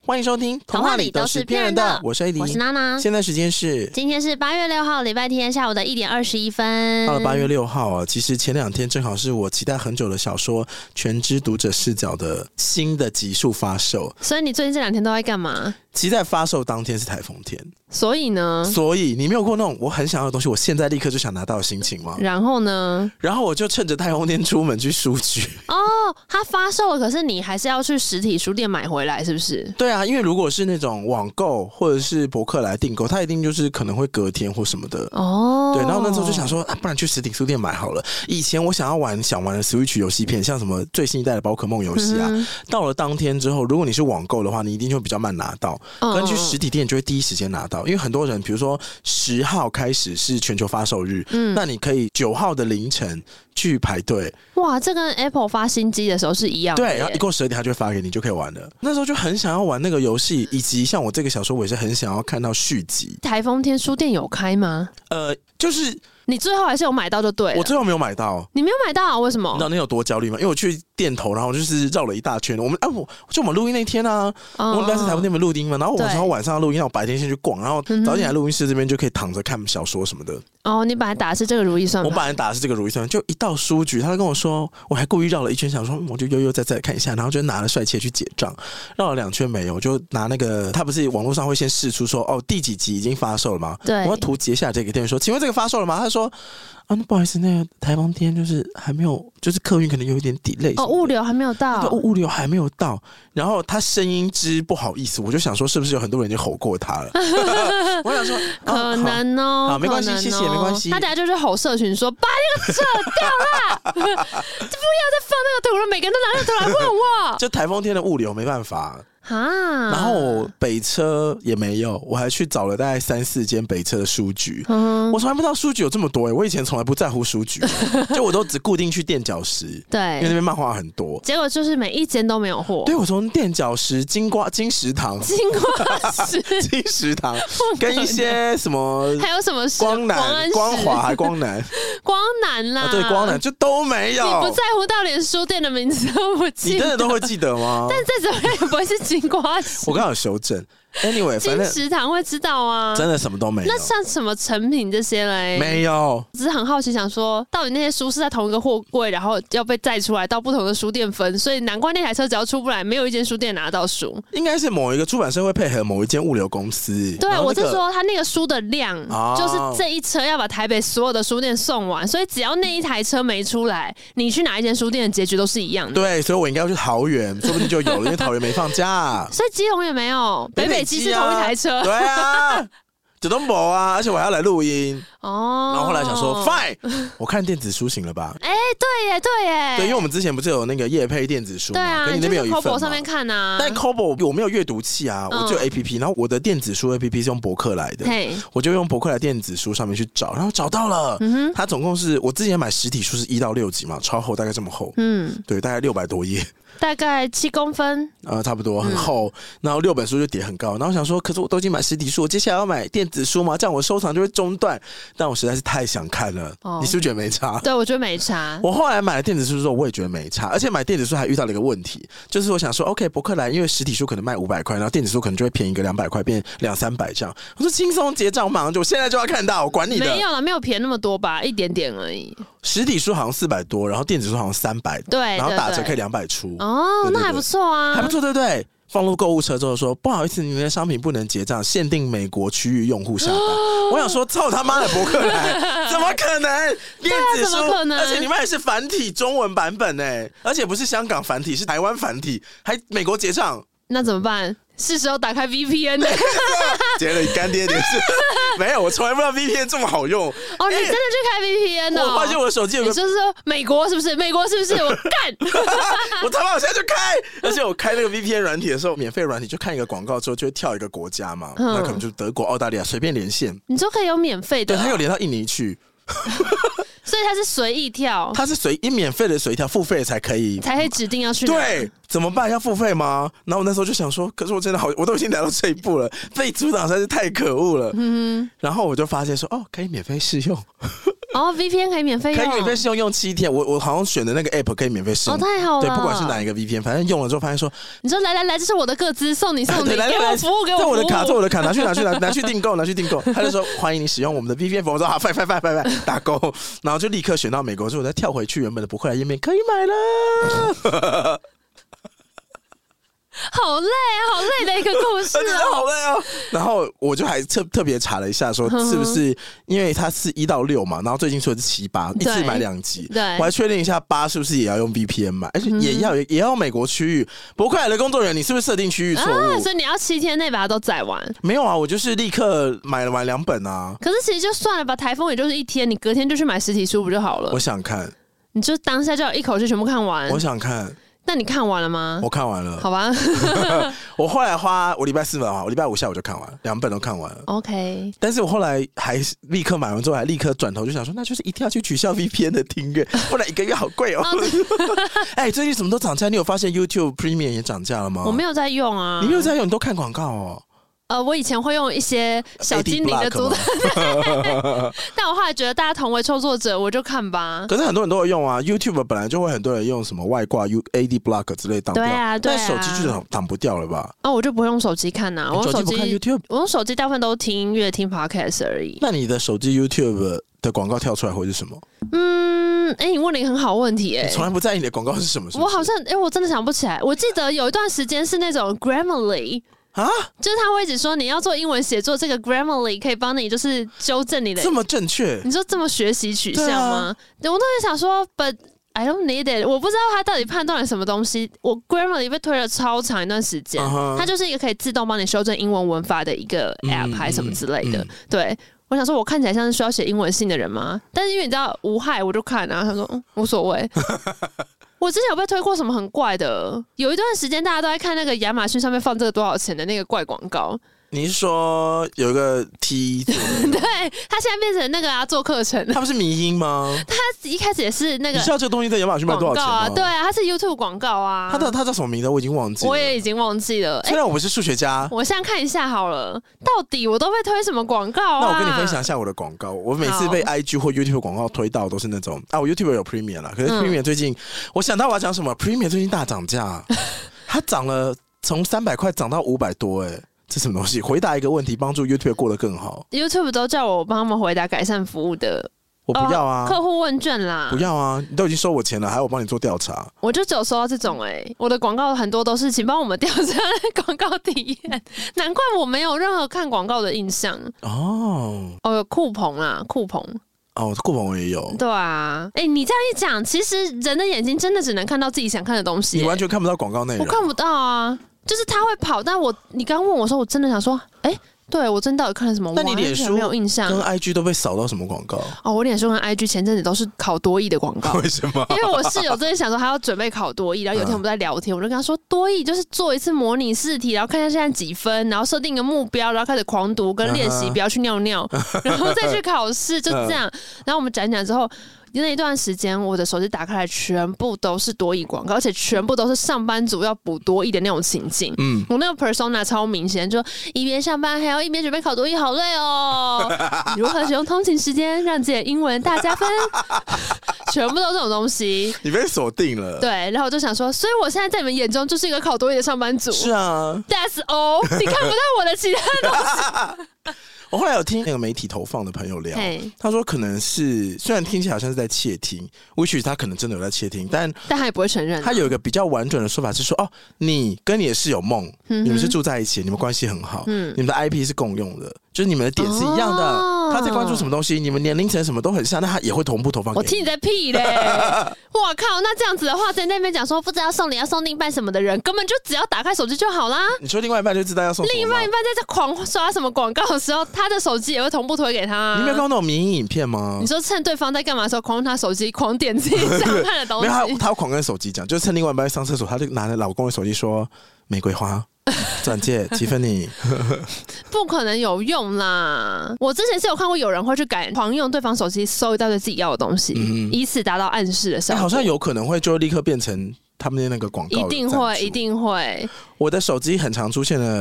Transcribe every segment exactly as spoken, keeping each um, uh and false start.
欢迎收听童话里都是骗人的，我是 A D， 我是娜娜。 现在时间是今天是八月六号礼拜天下午的一点二十一分。 到了八月六号啊，其实前两天正好是我期待很久的小说《全知读者视角》的新的集数发售。 所以你最近这两天都在干嘛？ 其实在发售当天是台风天， 所以呢？ 所以你没有过那种我很想要的东西，我现在立刻就想拿到的心情吗？ 然后呢？ 然后我就趁着台风天出门去书局。 哦，它发售了，可是你还是要去实体书店买回来，是不是？ 对啊，因为如果是那种网购或者是博客来订购，它一定就是可能会隔天或什么的。哦，对，然后那时候就想说，啊，不然去实体书店买好了。以前我想要玩想玩的 Switch 游戏片，像什么最新一代的宝可梦游戏啊，嗯、到了当天之后，如果你是网购的话，你一定就会比较慢拿到。可能去实体店就会第一时间拿到，因为很多人比如说十号开始是全球发售日，嗯，那你可以九号的凌晨去排队。 哇，这跟 Apple 发新机的时候是一样的。 对，然后一过十二点他就会发给你，就可以玩了。那时候就很想要玩那个游戏，以及像我这个小说，我也是很想要看到续集。 台风天书店有开吗？ 呃，就是你最后还是有买到就对了。 我最后没有买到。 你没有买到，为什么？ 你知道那有多焦虑吗？因为我去店头，然后就是绕了一大圈。我们啊，我就我们录音那天啊，哦、我们在台风天没录音嘛，然后我想要晚上录音，我白天先去逛，然后早点来录音室这边就可以躺着看小说什么的。 哦，你本来打的是这个如意算盘。 我本来打的是这个如意算盘，就一到书局，他就跟我说，我还故意绕了一圈，想说我就悠悠再再看一下，然后就拿了帅气去结账，绕了两圈没有，我就拿那个，他不是网络上会先释出说，哦，第几集已经发售了吗？ 对， 我要图截下这个店员说，请问这个发售了吗？他说，啊，那不好意思，那个台风天就是还没有，就是客运可能有一点 delay。 哦，物流还没有到， 物流还没有到。然后他声音之不好意思，我就想说，是不是有很多人已经吼过他了？我想说， 可能哦， 好，好没关系，谢谢，没关系。 他等下就是吼社群说，把那个扯掉啦，不要再放那个图了，每个人都拿那个图来问我。 就台风天的物流没办法。 啊！ 然后我北车也没有，我还去找了大概三四间北车的书局。嗯、我从来不知道书局有这么多、欸、我以前从来不在乎书局，就我都只固定去垫脚石， 对， 因为那边漫画很多。 结果就是每一间都没有货。 对，我从垫脚石、金瓜、金石堂、 金瓜石、 金石堂，跟一些什么， 还有什么光南、光华还光南、 光南啦、啊， 对，光南就都没有。 你不在乎到连书店的名字都不记得， 你真的都会记得吗？ 但再怎么样也不会是金瓜石。 我刚好有修正。Anyway， 反正金石堂会知道啊， 真的什么都没有。 那像什么成品这些嘞？ 没有， 只是很好奇，想说到底那些书是在同一个货柜，然后要被载出来到不同的书店分，所以难怪那台车只要出不来，没有一间书店拿到书。 应该是某一个出版社会配合某一间物流公司。 对， 那個、 我是说他那个书的量，哦、就是这一车要把台北所有的书店送完，所以只要那一台车没出来，你去哪一间书店的结局都是一样的。 对，所以我应该要去桃园，说不定就有了，因为桃园没放假。 所以基隆也没有，北北基是同一台车。 对啊，这都没啊，而且我还要来录音哦。然后后来想说 ，fine， 我看电子书行了吧？ 哎、欸，对耶，对耶， 对，因为我们之前不是有那个业配电子书嘛， 对啊， 跟你那边有一份嘛， 就是 Kobo 上面看啊。 但 Kobo 我没有阅读器啊，我只有 A P P，、嗯、然后我的电子书 A P P 是用博客来的，我就用博客来电子书上面去找，然后找到了。嗯、它总共是我之前买实体书是一到六集嘛，超厚，大概这么厚，嗯，对，大概六百多页。 大概七公分， 呃，差不多，很厚。嗯、然后六本书就叠很高，然后我想说，可是我都已经买实体书，我接下来要买电子书嘛，这样我收藏就会中断。但我实在是太想看了，哦、你是不是觉得没差？ 对，我觉得没差。 我后来买了电子书之后，我也觉得没差，而且买电子书还遇到了一个问题，就是我想说 ，OK， 博客来因为实体书可能卖五百块，然后电子书可能就会便宜个两百块，变两三百这样。我说轻松结账，马上就我现在就要看到，我管你的。 没有了，没有便宜那么多吧，一点点而已。 实体书好像四百多，然后电子书好像三百， 对， 然后打折可以两百出。 哦，对对对，那还不错啊， 还不错，对不对？放入购物车之后说，不好意思，你们的商品不能结账，限定美国区域用户下单。我想说，操他妈的博客来，怎么可能？电子书， 啊、 而且你们也是繁体中文版本哎，而且不是香港繁体，是台湾繁体，还美国结账。 那怎么办？是时候打开 V P N 的。 结了你干爹点事，没有，我从来不知道 V P N 这么好用。 哦，你真的去开 V P N 哦？ 我发现我的手机有个， 你就是说美国是不是？美国是不是？我干！ 我他妈我现在就开，而且我开那个 V P N 软体的时候，免费软体就看一个广告之后就会跳一个国家嘛，嗯、那可能就是德国、澳大利亚，随便连线。 你就可以有免费的、哦， 对，他有连到印尼去。 所以它是随意跳， 它是随一免费的随跳，付费才可以， 才可以指定要去。 对，怎么办？要付费吗？然后我那时候就想说，可是我真的好，我都已经来到这一步了，被阻挡实在是太可恶了。嗯，然后我就发现说，哦，可以免费试用。 哦 ，V P N 可以免费用， 可以免费试用用七天。我我好像选的那个 app 可以免费试用， 哦，太好了。 对，不管是哪一个 V P N， 反正用了之后发现说， 你说来来来，这是我的个资，送你送你， 来来给我服务，给我服务， 这我的卡，这我的卡，拿去拿去拿拿去订购，拿去订购。他就说欢迎你使用我们的 V P N， 我说好，拜拜拜拜拜，打勾，然后就立刻选到美国之后，我再跳回去原本的博客来页面，可以买了。 好累啊，好累的一个故事、哦， 好累啊！然后我就还特特别查了一下，说是不是因为它是一到六嘛，然后最近出的是七八，一次买两集。 对， 我还确认一下八是不是也要用 V P N 买，而且也要、嗯、也要美国区域。博客来的工作人员，你是不是设定区域错误、 啊？所以你要七天内把它都载完？ 没有啊，我就是立刻买了完两本啊。 可是其实就算了吧，台风也就是一天，你隔天就去买实体书不就好了？ 我想看， 你就当下就要一口气全部看完。 我想看。 那你看完了吗？ 我看完了。 好吧。 我后来花我礼拜四买完，我礼拜五下午就看完，两本都看完了。 OK。但是我后来还立刻买完之后，还立刻转头就想说，那就是一定要去取消 V P N 的订阅，不然一个月好贵哦。哎、欸，最近什么都涨价，你有发现 YouTube Premium 也涨价了吗？ 我没有在用啊。 你没有在用，你都看广告哦。 呃，我以前会用一些小精灵的组的，但我后来觉得大家同为创作者，我就看吧。 可是很多人都会用啊 ，YouTube 本来就会很多人用什么外挂 A D Block 之类挡掉， 对啊，对啊， 但手机就挡不掉了吧？ 哦，我就不会用手机看呐、啊，我用手机不看 YouTube， 我用手机大部分都听音乐、听 Podcast 而已。 那你的手机 YouTube 的广告跳出来会是什么？ 嗯，哎、欸，你问了一个很好问题、欸，哎， 从来不在意你的广告是什么是不是？ 我好像，哎、欸，我真的想不起来。我记得有一段时间是那种 Grammarly。啊，就是他会一直说你要做英文写作，这个 Grammarly 可以帮你就是纠正你的， 这么正确？ 你说这么学习取向吗？对啊、我都在想说 ，But I don't need it。我不知道他到底判断了什么东西。我 Grammarly 被推了超长一段时间， uh-huh. 它就是一个可以自动帮你修正英文文法的一个 app 还是什么之类的。嗯嗯、对，我想说，我看起来像是需要写英文信的人吗？但是因为你知道无害，我就看啊。他说、嗯、无所谓。我之前有被推过什么很怪的，有一段时间大家都在看那个亚马逊上面放这个多少钱的那个怪广告。 你是说有一个 T？ 对，他现在变成那个啊，做课程。 他不是迷因吗？ 他一开始也是那个。 你知道这个东西在亚马逊卖多少钱吗？ 啊，对啊，他是 YouTube 广告啊。 他的他叫什么名字？我已经忘记了。 我也已经忘记了。 虽然我不是数学家， 我现在看一下好了，到底我都被推什么广告啊？ 那我跟你分享一下我的广告。我每次被 I G 或 YouTube 广告推到都是那种啊，我 YouTube 有 Premium 啦，可是 Premium 最近、嗯、我想到我要讲什么 ，Premium 最近大涨价，它涨了从三百块涨到五百多、欸，哎。这什么东西？回答一个问题，帮助 YouTube 过得更好。 YouTube 都叫我帮他们回答改善服务的， 我不要啊！ 哦、客户问卷啦， 不要啊！你都已经收我钱了，还要我帮你做调查？ 我就只有收到这种哎、欸，我的广告很多都是请帮我们调查广告体验，难怪我没有任何看广告的印象哦。哦，有酷澎啦，酷澎。 哦，酷澎我也有。 对啊，哎、欸，你这样一讲，其实人的眼睛真的只能看到自己想看的东西、欸， 你完全看不到广告内容。 我看不到啊。就是他会跑，但我你刚问我说，我真的想说，哎、欸，对我真到底看了什么？ 那你脸书没有印象， 跟 I G 都被扫到什么广告？ 哦，我脸书跟 I G 前阵子都是考多益的广告。 为什么？ 因为我室友真的想说他要准备考多益，然后有一天我们在聊天，我就跟他说，多益就是做一次模拟试题，然后看一下现在几分，然后设定一个目标，然后开始狂读跟练习，不要去尿尿，然后再去考试，就这样。然后我们讲一讲之后。那一段时间，我的手机打开来，全部都是多益广告，而且全部都是上班族要补多益的那种情境。嗯，我那个 persona 超明显，就一边上班还要一边准备考多益，好累哦。如何使用通勤时间让自己的英文大加分？全部都是这种东西。 你被锁定了。 对，然后我就想说，所以我现在在你们眼中就是一个考多益的上班族。 是啊 ，That's all。你看不到我的其他东西。 我后来有听那个媒体投放的朋友聊，他说可能是虽然听起来好像是在窃听 ，which 他可能真的有在窃听，但但他也不会承认、啊。 他有一个比较婉转的说法是说，哦，你跟你的室友梦、嗯，你们是住在一起，你们关系很好、嗯，你们的 I P 是共用的，就是你们的点是一样的。哦、他在关注什么东西，你们年龄层什么都很像，那他也会同步投放给你。 我听你在屁嘞！哇靠，那这样子的话，在那边讲说不知道送礼要送另一半什么的人，根本就只要打开手机就好啦。 你说另外一半就知道要送什么， 另外一半在这狂刷什么广告的时候，他的手机也会同步推给他、啊。 你没有看过那种迷因影片吗？ 你说趁对方在干嘛的时候，狂用他手机狂点自己想看的东西。 没有，他他狂跟手机讲，就是趁另外一半上厕所，他就拿着老公的手机说玫瑰花。转借提芬妮不可能有用啦！我之前是有看过有人会去改狂用对方手机搜一大堆自己要的东西，嗯、以此达到暗示的效果、 欸。好像有可能会就立刻变成他们的那个广告， 一定会，一定会。 我的手机很常出现的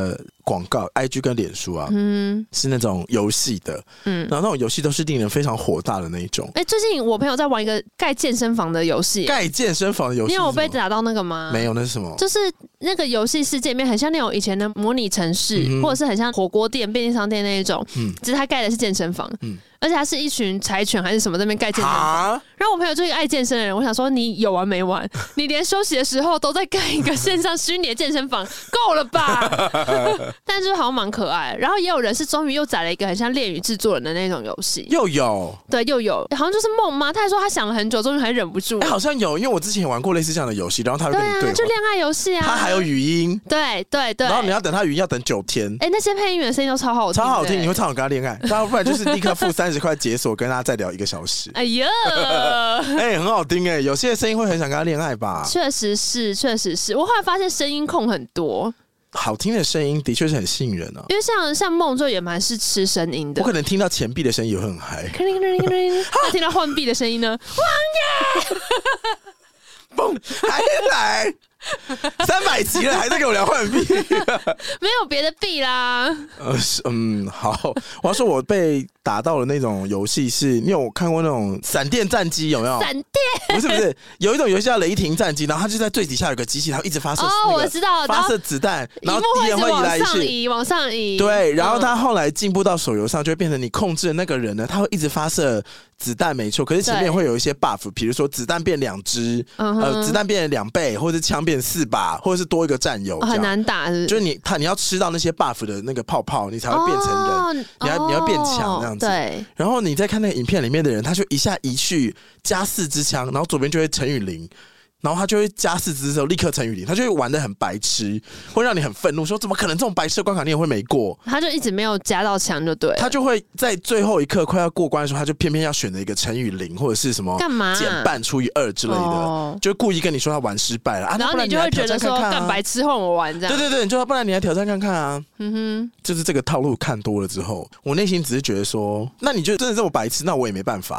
广告 I G 跟脸书啊，嗯，是那种游戏的，嗯，然后那种游戏都是令人非常火大的那一种。 哎、欸，最近我朋友在玩一个盖健身房的游戏， 盖健身房的游戏， 你有被打到那个吗？ 没有，那是什么？ 就是那个游戏世界里面很像那种以前的模拟城市，嗯、或者是很像火锅店、便利商店那一种，嗯，只是它盖的是健身房，嗯。而且他是一群柴犬还是什么在那边盖健身房，然后我朋友就是一个爱健身的人，我想说你有完没完？你连休息的时候都在盖一个线上虚拟的健身房，够了吧？但是好像蛮可爱。然后也有人是终于又载了一个很像恋与制作人的那种游戏， 又有对又有，好像就是梦吗？他还说他想了很久，终于还忍不住。 哎、欸，好像有，因为我之前也玩过类似这样的游戏，然后他会跟你对话， 对啊，就恋爱游戏啊， 他还有语音， 对对对， 然后你要等他语音要等九天。 哎、欸，那些配音员的声音都超好听， 超好听，你会超想跟他恋爱，要不然就是立刻付三十块解锁跟他。大家再聊一个小时， 哎呀， 哎、欸，很好听哎、欸，有些声音会很想跟他恋爱吧？ 确实是，确实是。我后来发现声音控很多， 好听的声音的确是很吸引人啊。 因为像像梦就也蛮是吃声音的， 我可能听到钱币的声音也会很嗨， 那听到换币的声音呢？王爷， 嘣，还来。三百集了，还在给我聊换币， 没有别的币啦。 呃，嗯，好，我要说，我被打到的那种游戏是，你有看过那种闪电战机有没有？ 闪电不是不是，有一种游戏叫雷霆战机，然后它就在最底下有个机器，它一直发射， 哦，我知道， 发射子弹，然后敌人会移来移去， 往上移， 对，然后它后来进步到手游上，就会变成你控制的那个人呢，他会一直发射子弹，没错，可是前面会有一些 buff， 比如说子弹变两支，呃，子弹变两倍，或者是枪变四把，或者是多一个战友， 很难打是不是， 就是你他你要吃到那些 buff 的那个泡泡，你才会变成人，哦、你要你要变强这样子。 对， 然后你再看那个影片里面的人，他就一下移去加四支枪，然后左边就会乘以零。然后他就会加四支之后立刻乘以零，他就会玩得很白痴，会让你很愤怒，说怎么可能这种白痴的关卡你也会没过？ 他就一直没有加到枪就对了， 他就会在最后一刻快要过关的时候，他就偏偏要选择一个乘以零或者是什么干嘛减半除以二之类的，哦、就故意跟你说他玩失败了啊， 然后你就会觉得说干白痴换我玩这样， 对对对，你就说不然你来挑战看看啊，嗯哼，就是这个套路看多了之后，我内心只是觉得说，那你就真的这么白痴，那我也没办法。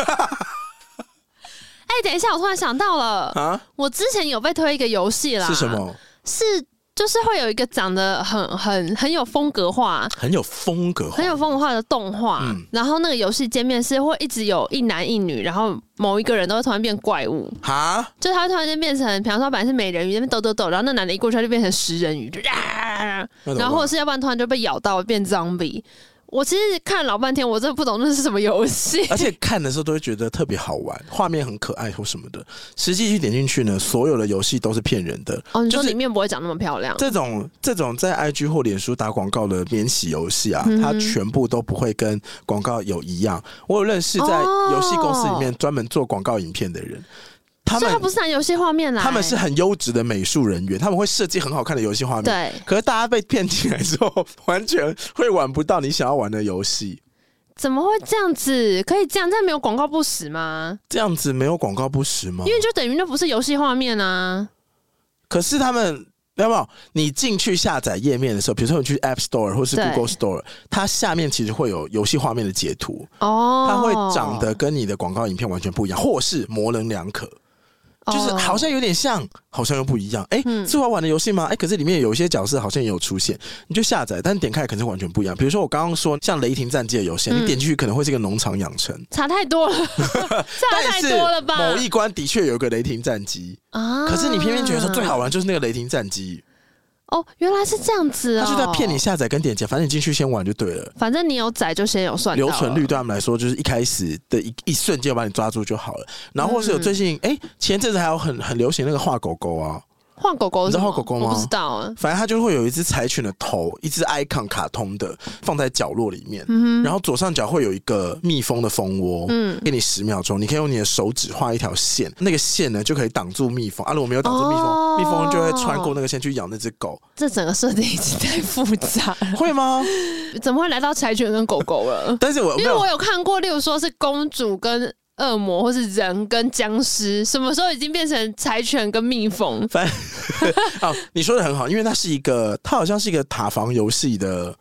哎、欸，等一下，我突然想到了啊！我之前有被推一个游戏啦， 是什么？ 是就是会有一个长得很很很有风格化、 很有风格化、 很有风格化的动画，嗯、然后那个游戏界面是会一直有一男一女，然后某一个人都会突然变怪物哈，就是他会突然间变成，比方说本来是美人鱼那边抖抖抖，然后那男的一过去他就变成食人鱼，就啊，然后或者是要不然突然就被咬到变 zombie。我其实看老半天，我真的不懂那是什么游戏， 而且看的时候都会觉得特别好玩，画面很可爱或什么的。实际去点进去呢，所有的游戏都是骗人的。 哦，你说里面不会长那么漂亮？ 这种这种在 I G 或脸书打广告的免洗游戏啊，嗯、它全部都不会跟广告有一样。我有认识在游戏公司里面专门做广告影片的人。他们他不是拿游戏画面来， 他们是很优质的美术人员，他们会设计很好看的游戏画面。 对， 可是大家被骗进来之后，完全会玩不到你想要玩的游戏。 怎么会这样子？可以这样？这样没有广告不实吗？ 这样子没有广告不实吗？ 因为就等于那不是游戏画面啊。 可是他们有没有？你进去下载页面的时候，比如说你去 App Store 或是 Google Store， 它下面其实会有游戏画面的截图哦，它会长得跟你的广告影片完全不一样，或是模棱两可。就是好像有点像，好像又不一样。哎、欸，嗯、是我玩的游戏吗？哎、欸，可是里面有一些角色好像也有出现，你就下载，但点开可能是完全不一样。比如说我刚刚说像雷霆战机的游戏，嗯、你点进去可能会是一个农场养成， 差太多了，差太多了吧？ 某一关的确有一个雷霆战机啊，可是你偏偏觉得说最好玩就是那个雷霆战机。 哦，原来是这样子哦！ 他就在骗你下载跟点击，反正你进去先玩就对了。 反正你有载就先有算到了。 留存率对他们来说，就是一开始的一一瞬间把你抓住就好了。然后或是有最近，哎、嗯欸，前阵子还有很很流行那个画狗狗啊。 画狗狗， 你知道画狗狗吗？ 我不知道啊。 反正它就会有一只柴犬的头，一只 icon 卡通的放在角落里面，嗯、然后左上角会有一个蜜蜂的蜂窝，嗯，给你十秒钟，你可以用你的手指画一条线，那个线呢就可以挡住蜜蜂。啊，如果没有挡住蜜蜂，哦、蜜蜂就会穿过那个线去咬那只狗。 这整个设定已经太复杂了， 会吗？ 怎么会来到柴犬跟狗狗了？ 但是我因为我有看过，例如说是公主跟恶魔，或是人跟僵尸，什么时候已经变成柴犬跟蜜蜂？ 反正哦，你说的很好，因为它是一个，它好像是一个塔防游戏的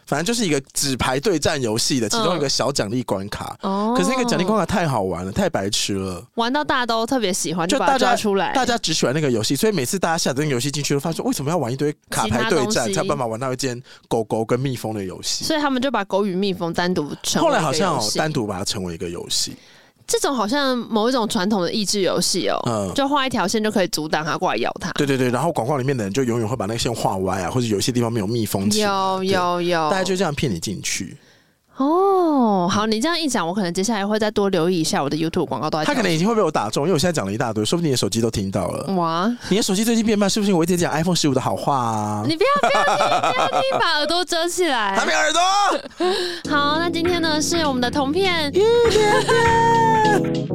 反正就是一个纸牌对战游戏的其中一个小奖励关卡。哦、嗯，可是那个奖励关卡太好玩了，太白痴了， 玩到大家都特别喜欢，就把它抓出来。 大家只喜欢那个游戏，所以每次大家下载那个游戏进去，都发现为什么要玩一堆卡牌对战，才有办法玩到一件狗狗跟蜜蜂的游戏。 所以他们就把狗与蜜蜂单独成为一个游戏。 后来好像有单独把它成为一个游戏。 这种好像某一种传统的益智游戏哦，嗯，就画一条线就可以阻挡它过来咬它。 对对对，然后广告里面的人就永远会把那个线画歪啊，或者有些地方没有密封起来。 有有有， 大家就这样骗你进去。 哦，好，你这样一讲，我可能接下来会再多留意一下我的 YouTube 广告都在。 他可能已经会被我打中，因为我现在讲了一大堆，说不定你的手机都听到了。哇，你的手机最近变慢，是不是我一直讲 iPhone 十五的好话啊？ 你不要不要听，不要听，把耳朵遮起来。 还没耳朵。 好，那今天呢是我们的同片。 一点点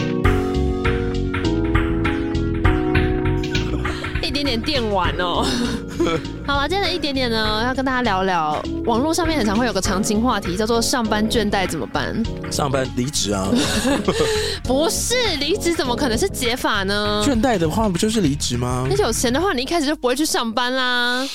一点点电玩哦。好了，今天的一点点呢，要跟大家聊聊网络上面很常会有个常青话题，叫做上班倦怠怎么办？ 上班离职啊？ 不是，离职怎么可能是解法呢？ 倦怠的话不就是离职吗？ 那有钱的话，你一开始就不会去上班啦。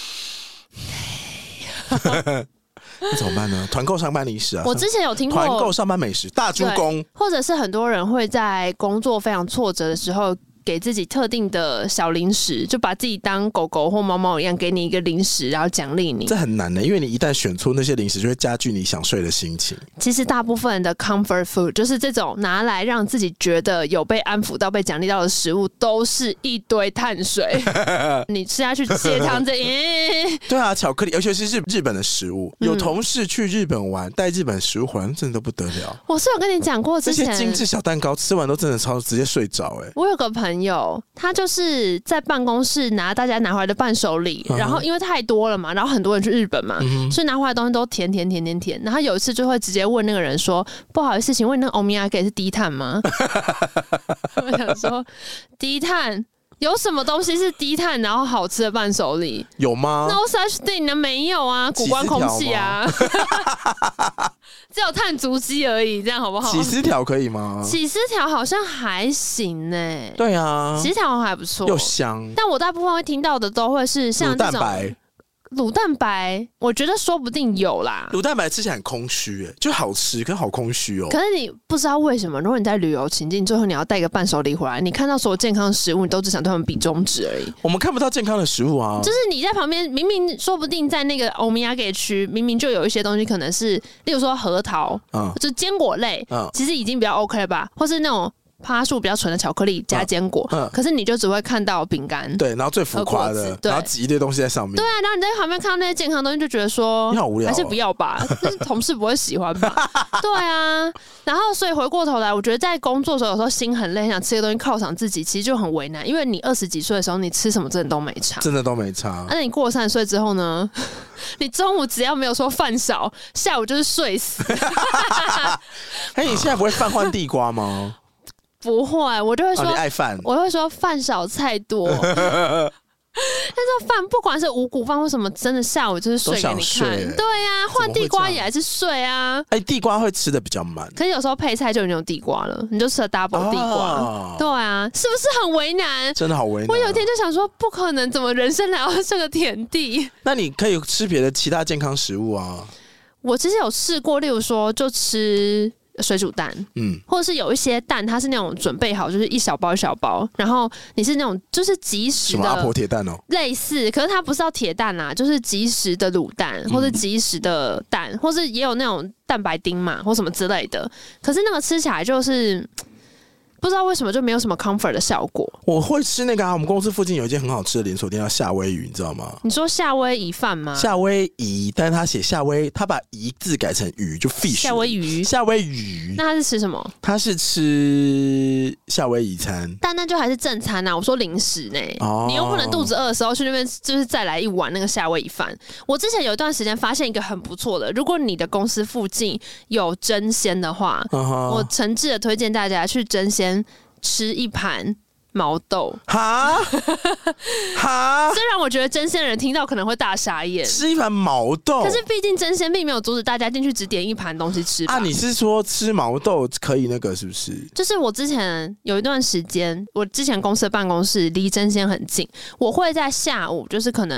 那怎么办呢？团购上班离职啊？ 我之前有听过团购上班美食大猪公， 或者是很多人会在工作非常挫折的时候，给自己特定的小零食，就把自己当狗狗或猫猫一样，给你一个零食，然后奖励你。 这很难的，因为你一旦选出那些零食，就会加剧你想睡的心情。 其实大部分人的 comfort food 就是这种拿来让自己觉得有被安抚到、被奖励到的食物，都是一堆碳水。你吃下去血糖这，欸、 对啊，巧克力，尤其是日日本的食物。有同事去日本玩，带日本食物回来，真的都不得了。 我是有跟你讲过之前， 这些精致小蛋糕吃完都真的超直接睡着。哎， 我有个朋友。朋友他就是在办公室拿大家拿回来的伴手礼，然后因为太多了嘛，然后很多人去日本嘛，嗯、所以拿回来的东西都甜甜甜甜甜。然后有一次就会直接问那个人说：“不好意思，请问那个欧米亚给是低碳吗？”我想说低碳。有什么东西是低碳然后好吃的伴手礼？ 有吗 ？No such thing 呢，没有啊，古关空气啊，只有碳足迹而已，这样好不好？ 起司条可以吗？ 起司条好像还行呢、欸。 对啊， 起司条还不错， 又香。 但我大部分会听到的都会是像这种乳蛋白。 卤蛋白，我觉得说不定有啦。 卤蛋白吃起来很空虚，哎，就好吃，可是好空虚哦。 可是你不知道为什么，如果你在旅游情境，最后你要带一个伴手礼回来，你看到所有健康的食物，你都只想对他们比中指而已。 我们看不到健康的食物啊， 就是你在旁边，明明说不定在那个欧米亚给区，明明就有一些东西可能是，例如说核桃，嗯，就是坚果类，嗯，其实已经比较 OK 了吧，或是那种。趴数比较纯的巧克力加坚果、嗯嗯，可是你就只会看到饼干， 对，然后最浮夸的，然后挤一堆东西在上面， 对啊，然后你在旁边看到那些健康的东西，就觉得说你好无聊、哦， 还是不要吧，就是同事不会喜欢吧，对啊，然后所以回过头来，我觉得在工作的时候，有时候心很累，想吃个东西犒赏自己，其实就很为难，因为你二十几岁的时候，你吃什么真的都没差， 真的都没差。 那、啊、你过三十岁之后呢？你中午只要没有说饭少，下午就是睡死。 哎，你现在不会饭换地瓜吗？ 不会，我就会说、 哦、你爱饭， 我会说饭少菜多。但是饭不管是五谷饭或什么，真的下午就是睡给你看。对呀、啊，换地瓜也还是睡啊。 哎、欸，地瓜会吃的比较慢， 可是有时候配菜就有那种地瓜了，你就吃了 double 地瓜、哦。对啊，是不是很为难？ 真的好为难。 我有一天就想说，不可能，怎么人生来到这个田地？ 那你可以吃别的其他健康食物啊。 我其实有试过，例如说就吃。水煮蛋，嗯，或者是有一些蛋，它是那种准备好，就是一小包一小包，然后你是那种就是即时的， 什么阿婆铁蛋哦， 类似，可是它不是要铁蛋啦，就是即时的卤蛋，或者即时的蛋，嗯、或是也有那种蛋白丁嘛，或什么之类的。可是那个吃起来就是不知道为什么就没有什么 comfort 的效果。 我会吃那个啊，我们公司附近有一间很好吃的连锁店叫夏威夷，你知道吗？ 你说夏威夷饭吗？ 夏威夷，但是他写夏威，他把夷字改成鱼，就 fish。 夏威夷， 夏威夷。 那他是吃什么？ 他是吃夏威夷餐， 但那就还是正餐啊。我说零食呢、哦，你又不能肚子饿的时候去那边，就是再来一碗那个夏威夷饭。我之前有一段时间发现一个很不错的，如果你的公司附近有真鲜的话，哦、我诚挚的推荐大家去真鲜。吃一盘毛豆，哈哈。虽然我觉得真鲜的人听到可能会大傻眼， 吃一盘毛豆， 可是毕竟真鲜并没有阻止大家进去只点一盘东西吃吧。 啊，你是说吃毛豆可以那个是不是？ 就是我之前有一段时间，我之前公司的办公室离真鲜很近，我会在下午，就是可能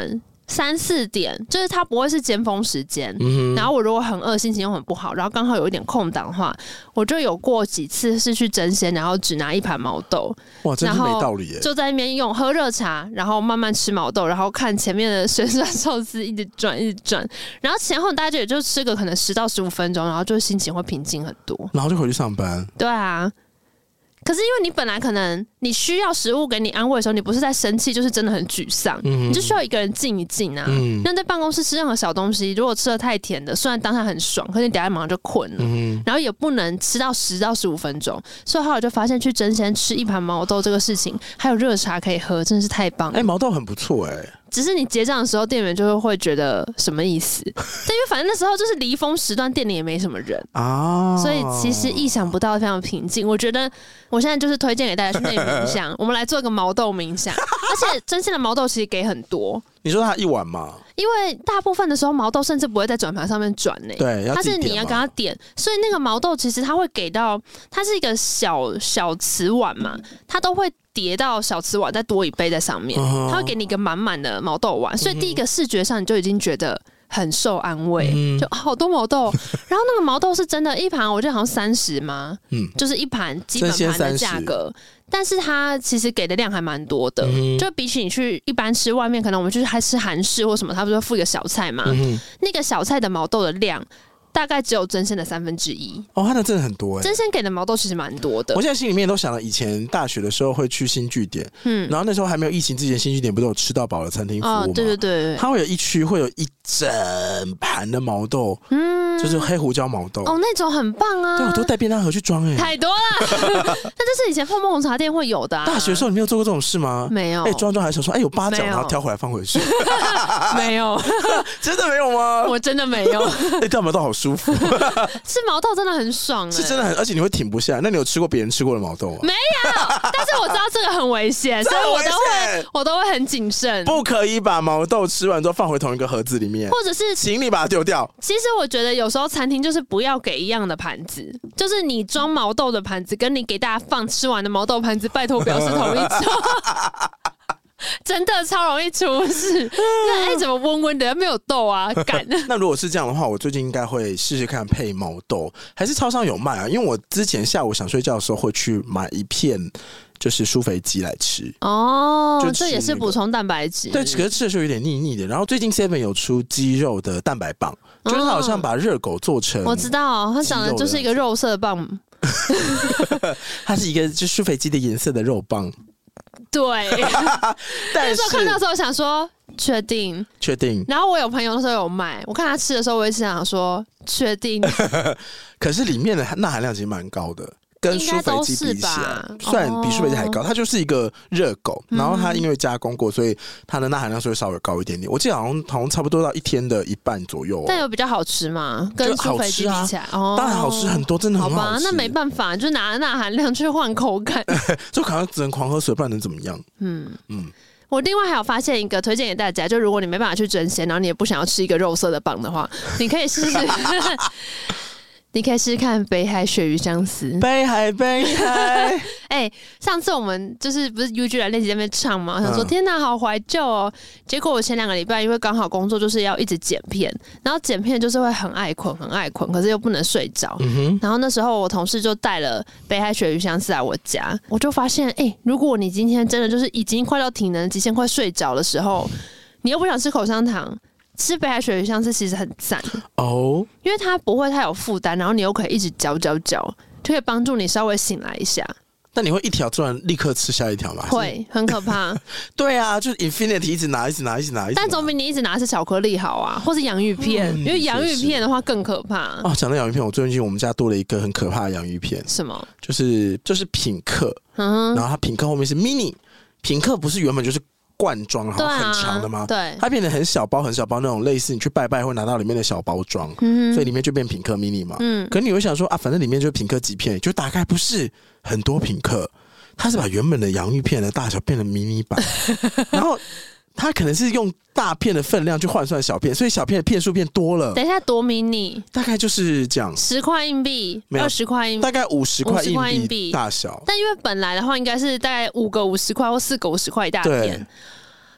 三四点，就是它不会是尖峰时间、嗯。然后我如果很饿，心情又很不好，然后刚好有一点空档的话，我就有过几次是去争鲜，然后只拿一盘毛豆。 哇，真是没道理耶！ 就在那边用喝热茶，然后慢慢吃毛豆，然后看前面的旋转寿司一直转一直转，然后前后大家也就吃个可能十到十五分钟，然后就心情会平静很多， 然后就回去上班。 对啊。可是因为你本来可能你需要食物给你安慰的时候，你不是在生气，就是真的很沮丧、嗯，你就需要一个人静一静啊。嗯、那在办公室吃任何小东西，如果吃的太甜的，虽然当下很爽，可是你等一下马上就困了、嗯，然后也不能吃到十到十五分钟。所以后来我就发现去争鲜吃一盘毛豆这个事情，还有热茶可以喝，真的是太棒了。 哎、欸，毛豆很不错哎、欸。 只是你结账的时候，店员就会觉得什么意思？但因为反正那时候就是离峰时段，店里也没什么人啊，所以其实意想不到非常平静。我觉得我现在就是推荐给大家去内冥想，我们来做一个毛豆冥想，而且真鲜的毛豆其实给很多。 你说它一碗吗？ 因为大部分的时候毛豆甚至不会在转盘上面转呢、欸， 对， 它是你要跟他点，所以那个毛豆其实它会给到，它是一个小小瓷碗嘛，它都会叠到小瓷碗再多一杯在上面，它会给你一个满满的毛豆碗，所以第一个视觉上你就已经觉得很受安慰，嗯、就好多毛豆，然后那个毛豆是真的，一盘我记得好像三十吗？嗯，就是一盘基本盘的价格。但是它其实给的量还蛮多的、嗯，就比起你去一般吃外面，可能我们就是还吃韩式或什么，他不是会附一个小菜嘛、嗯？那个小菜的毛豆的量大概只有争鲜的三分之一。 哦，它那真的很多哎、欸！ 争鲜给的毛豆其实蛮多的。 我现在心里面都想了，以前大学的时候会去新据点，嗯，然后那时候还没有疫情之前，新据点不是有吃到饱的餐厅服务吗？哦， 对对对， 它会有一区会有一整盘的毛豆，嗯，就是黑胡椒毛豆。 哦，那种很棒啊！ 对，我都带便当盒去装哎、欸， 太多了。但这是以前泡沫红茶店会有的、啊。 大学的时候你没有做过这种事吗？ 没有。 哎、欸，装装还想说，哎、欸，有八角，然后挑回来放回去。 没有， 真的没有吗？ 我真的没有。 哎、欸，这毛豆好舒服。 吃毛豆真的很爽、欸， 是真的很，而且你会停不下来。那你有吃过别人吃过的毛豆吗？ 没有，但是我知道这个很危险，所以我都会我都会很谨慎， 不可以把毛豆吃完之后放回同一个盒子里面， 或者是请你把它丢掉。 其实我觉得有时候餐厅就是不要给一样的盘子，就是你装毛豆的盘子跟你给大家放吃完的毛豆盘子，拜托不要是同一种。真的超容易出事，那哎、欸、怎么温温的没有豆啊？干。 那如果是这样的话，我最近应该会试试看配毛豆，还是超商有卖啊？因为我之前下午想睡觉的时候会去买一片，就是舒肥鸡来吃。 哦， 就这也是补充蛋白质。 对，可是吃的时候有点腻腻的。然后最近 seven 有出鸡肉的蛋白棒，哦、就是它好像把热狗做成， 我知道，它长得就是一个肉色棒， 它是一个就舒肥鸡的颜色的肉棒。 对，那时候看到的时候想说确定确定， 然后我有朋友那时候有卖，我看他吃的时候，我也是想说确定。 可是里面的钠含量其实蛮高的，跟舒肥鸡比起来，虽然比舒肥鸡还高，它就是一个热狗，然后它因为加工过，所以它的钠含量是会稍微高一点点。我记得好像好像差不多到一天的一半左右、哦。 但有比较好吃吗？跟舒肥鸡比起来， 啊哦、当然好吃很多，真的很好吃。 好吧，那没办法，就拿钠含量去换口感， 就可能只能狂喝水，不然能怎么样？嗯嗯。我另外还有发现一个推荐给大家，就如果你没办法去争鲜，然后你也不想要吃一个肉色的棒的话，你可以试试。你可以试试看北海鳕鱼香丝。 北海北海， 哎、欸，上次我们就是不是 U G 来练习在那边唱嘛？我想说、嗯、天哪，好怀旧哦。结果我前两个礼拜因为刚好工作就是要一直剪片，然后剪片就是会很爱困，很爱困，可是又不能睡着、嗯。然后那时候我同事就带了北海鳕鱼香丝来我家，我就发现，哎、欸，如果你今天真的就是已经快到体能极限、快睡着的时候，你又不想吃口香糖。吃北海鳕鱼香丝其实很赞哦，因为它不会太有负担，然后你又可以一直嚼嚼嚼，就可以帮助你稍微醒来一下。 但你会一条做完立刻吃下一条吗？ 会，很可怕。 对啊，就是 Infinity 一直拿，一直拿，一直拿。 但总比你一直拿是巧克力好啊，或是洋芋片、嗯，因为洋芋片的话更可怕。 哦，讲到洋芋片，我最近我们家多了一个很可怕的洋芋片。 什么？ 就是就是品客，嗯，然后它品客后面是 mini， 品客不是原本就是。罐装然后很长的吗？ 对、啊， 它变成很小包很小包那种类似你去拜拜会拿到里面的小包装、嗯，所以里面就变品客 mini 嘛。嗯，可是你会想说啊，反正里面就是品客几片，就打开不是很多品客，它是把原本的洋芋片的大小变成迷你版，然后它可能是用大片的分量去换算小片，所以小片的片数变多了。 等一下多迷你？ 大概就是这样， 十块硬币，二十块硬币， 大概五十块硬币大小。 但因为本来的话应该是大概五个五十块或四个五十块一大片。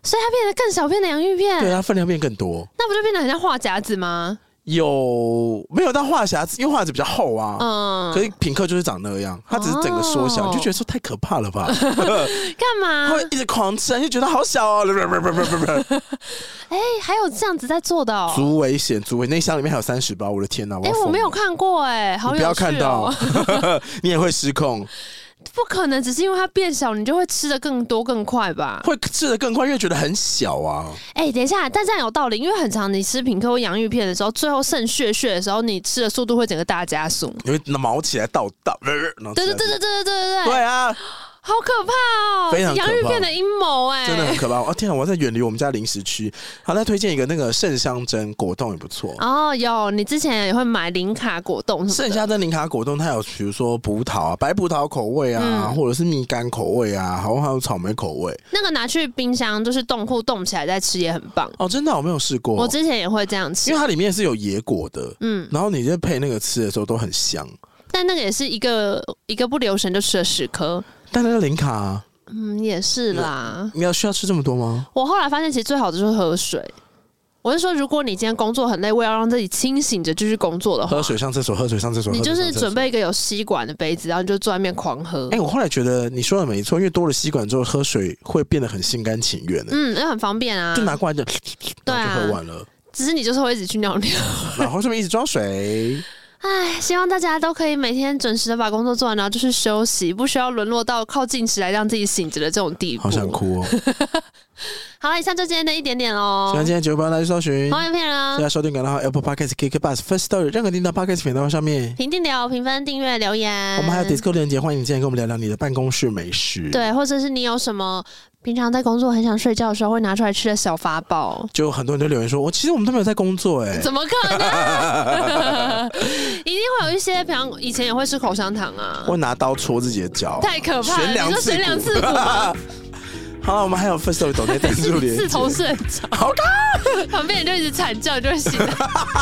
所以它变得更小片的洋芋片， 对，它分量变更多， 那不就变得很像话匣子吗？ 有没有到话匣子？因为话匣子比较厚啊，嗯，可是品客就是长那样，它只是整个缩小，哦、你就觉得说太可怕了吧？ 干嘛？ 会一直狂吃，就觉得好小哦。 哎、欸，还有这样子在做的哦， 足危险，足危那箱里面还有三十包，我的天哪！ 哎、欸，我没有看过哎、欸，好有趣哦， 你不要看到，你也会失控。 不可能，只是因为它变小，你就会吃的更多更快吧？ 会吃的更快，因为觉得很小啊。 哎、欸，等一下，但这样有道理，因为很常你吃品客或洋芋片的时候，最后剩血血的时候，你吃的速度会整个大加速， 你会毛起来倒倒，对对对对对对对对对啊。 好可怕哦！ 非常可怕， 洋芋片的阴谋哎， 真的很可怕。哦天啊，我要在远离我们家零食区。好，再推荐一个那个盛香珍果冻也不错。 哦，有，你之前也会买零卡果冻。 盛香珍零卡果冻，它有比如说葡萄啊、白葡萄口味啊，嗯、或者是蜜柑口味啊，好像还有草莓口味。 那个拿去冰箱就是冻库冻起来再吃也很棒。 哦，真的我没有试过。 我之前也会这样吃， 因为它里面是有野果的，嗯，然后你在配那个吃的时候都很香。 但那个也是一个一个不留神就吃了十颗。 但那个零卡、啊。 嗯，也是啦。 你要需要吃这么多吗？ 我后来发现，其实最好的就是喝水。我是说，如果你今天工作很累，为了让自己清醒着继续工作的话， 喝水上厕所，喝水上厕所， 你就是准备一个有吸管的杯子，然后你就坐在那边狂喝。 哎、欸，我后来觉得你说的没错，因为多了吸管之后，喝水会变得很心甘情愿的。 嗯，又很方便啊， 就拿过来就， 对啊， 就喝完了。 只是你就是会一直去尿尿， 然后顺便一直装水。 唉，希望大家都可以每天准时的把工作做完，然后就是休息，不需要沦落到靠进食来让自己醒着的这种地步。 好想哭哦！ 好了，以上就今天的一点点喽。 喜欢今天节目，不要来去搜寻黄片啊！ 现在收听感到 Apple Podcast、KKBox、First Story 任何听到 Podcast 频道上面评定流、评分、订阅、留言。 我们还有 Discord 连结，欢迎你进来跟我们聊聊你的办公室美食。 对，或者是你有什么平常在工作很想睡觉的时候会拿出来吃的小法宝。 就很多人都留言说，我其实我们都没有在工作哎、欸， 怎么可能？一定会有一些，平常以前也会吃口香糖啊， 会拿刀戳自己的脚， 太可怕了！你说悬梁刺股吗？ 好，我们还有 First Story 抖内赞助连结， 刺头睡着， 好看， 旁边人就一直惨叫，就会醒了。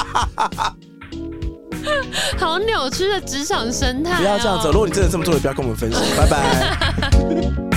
好扭曲的职场生态、哦！ 不要这样子，如果你真的这么做，也不要跟我们分享，拜拜。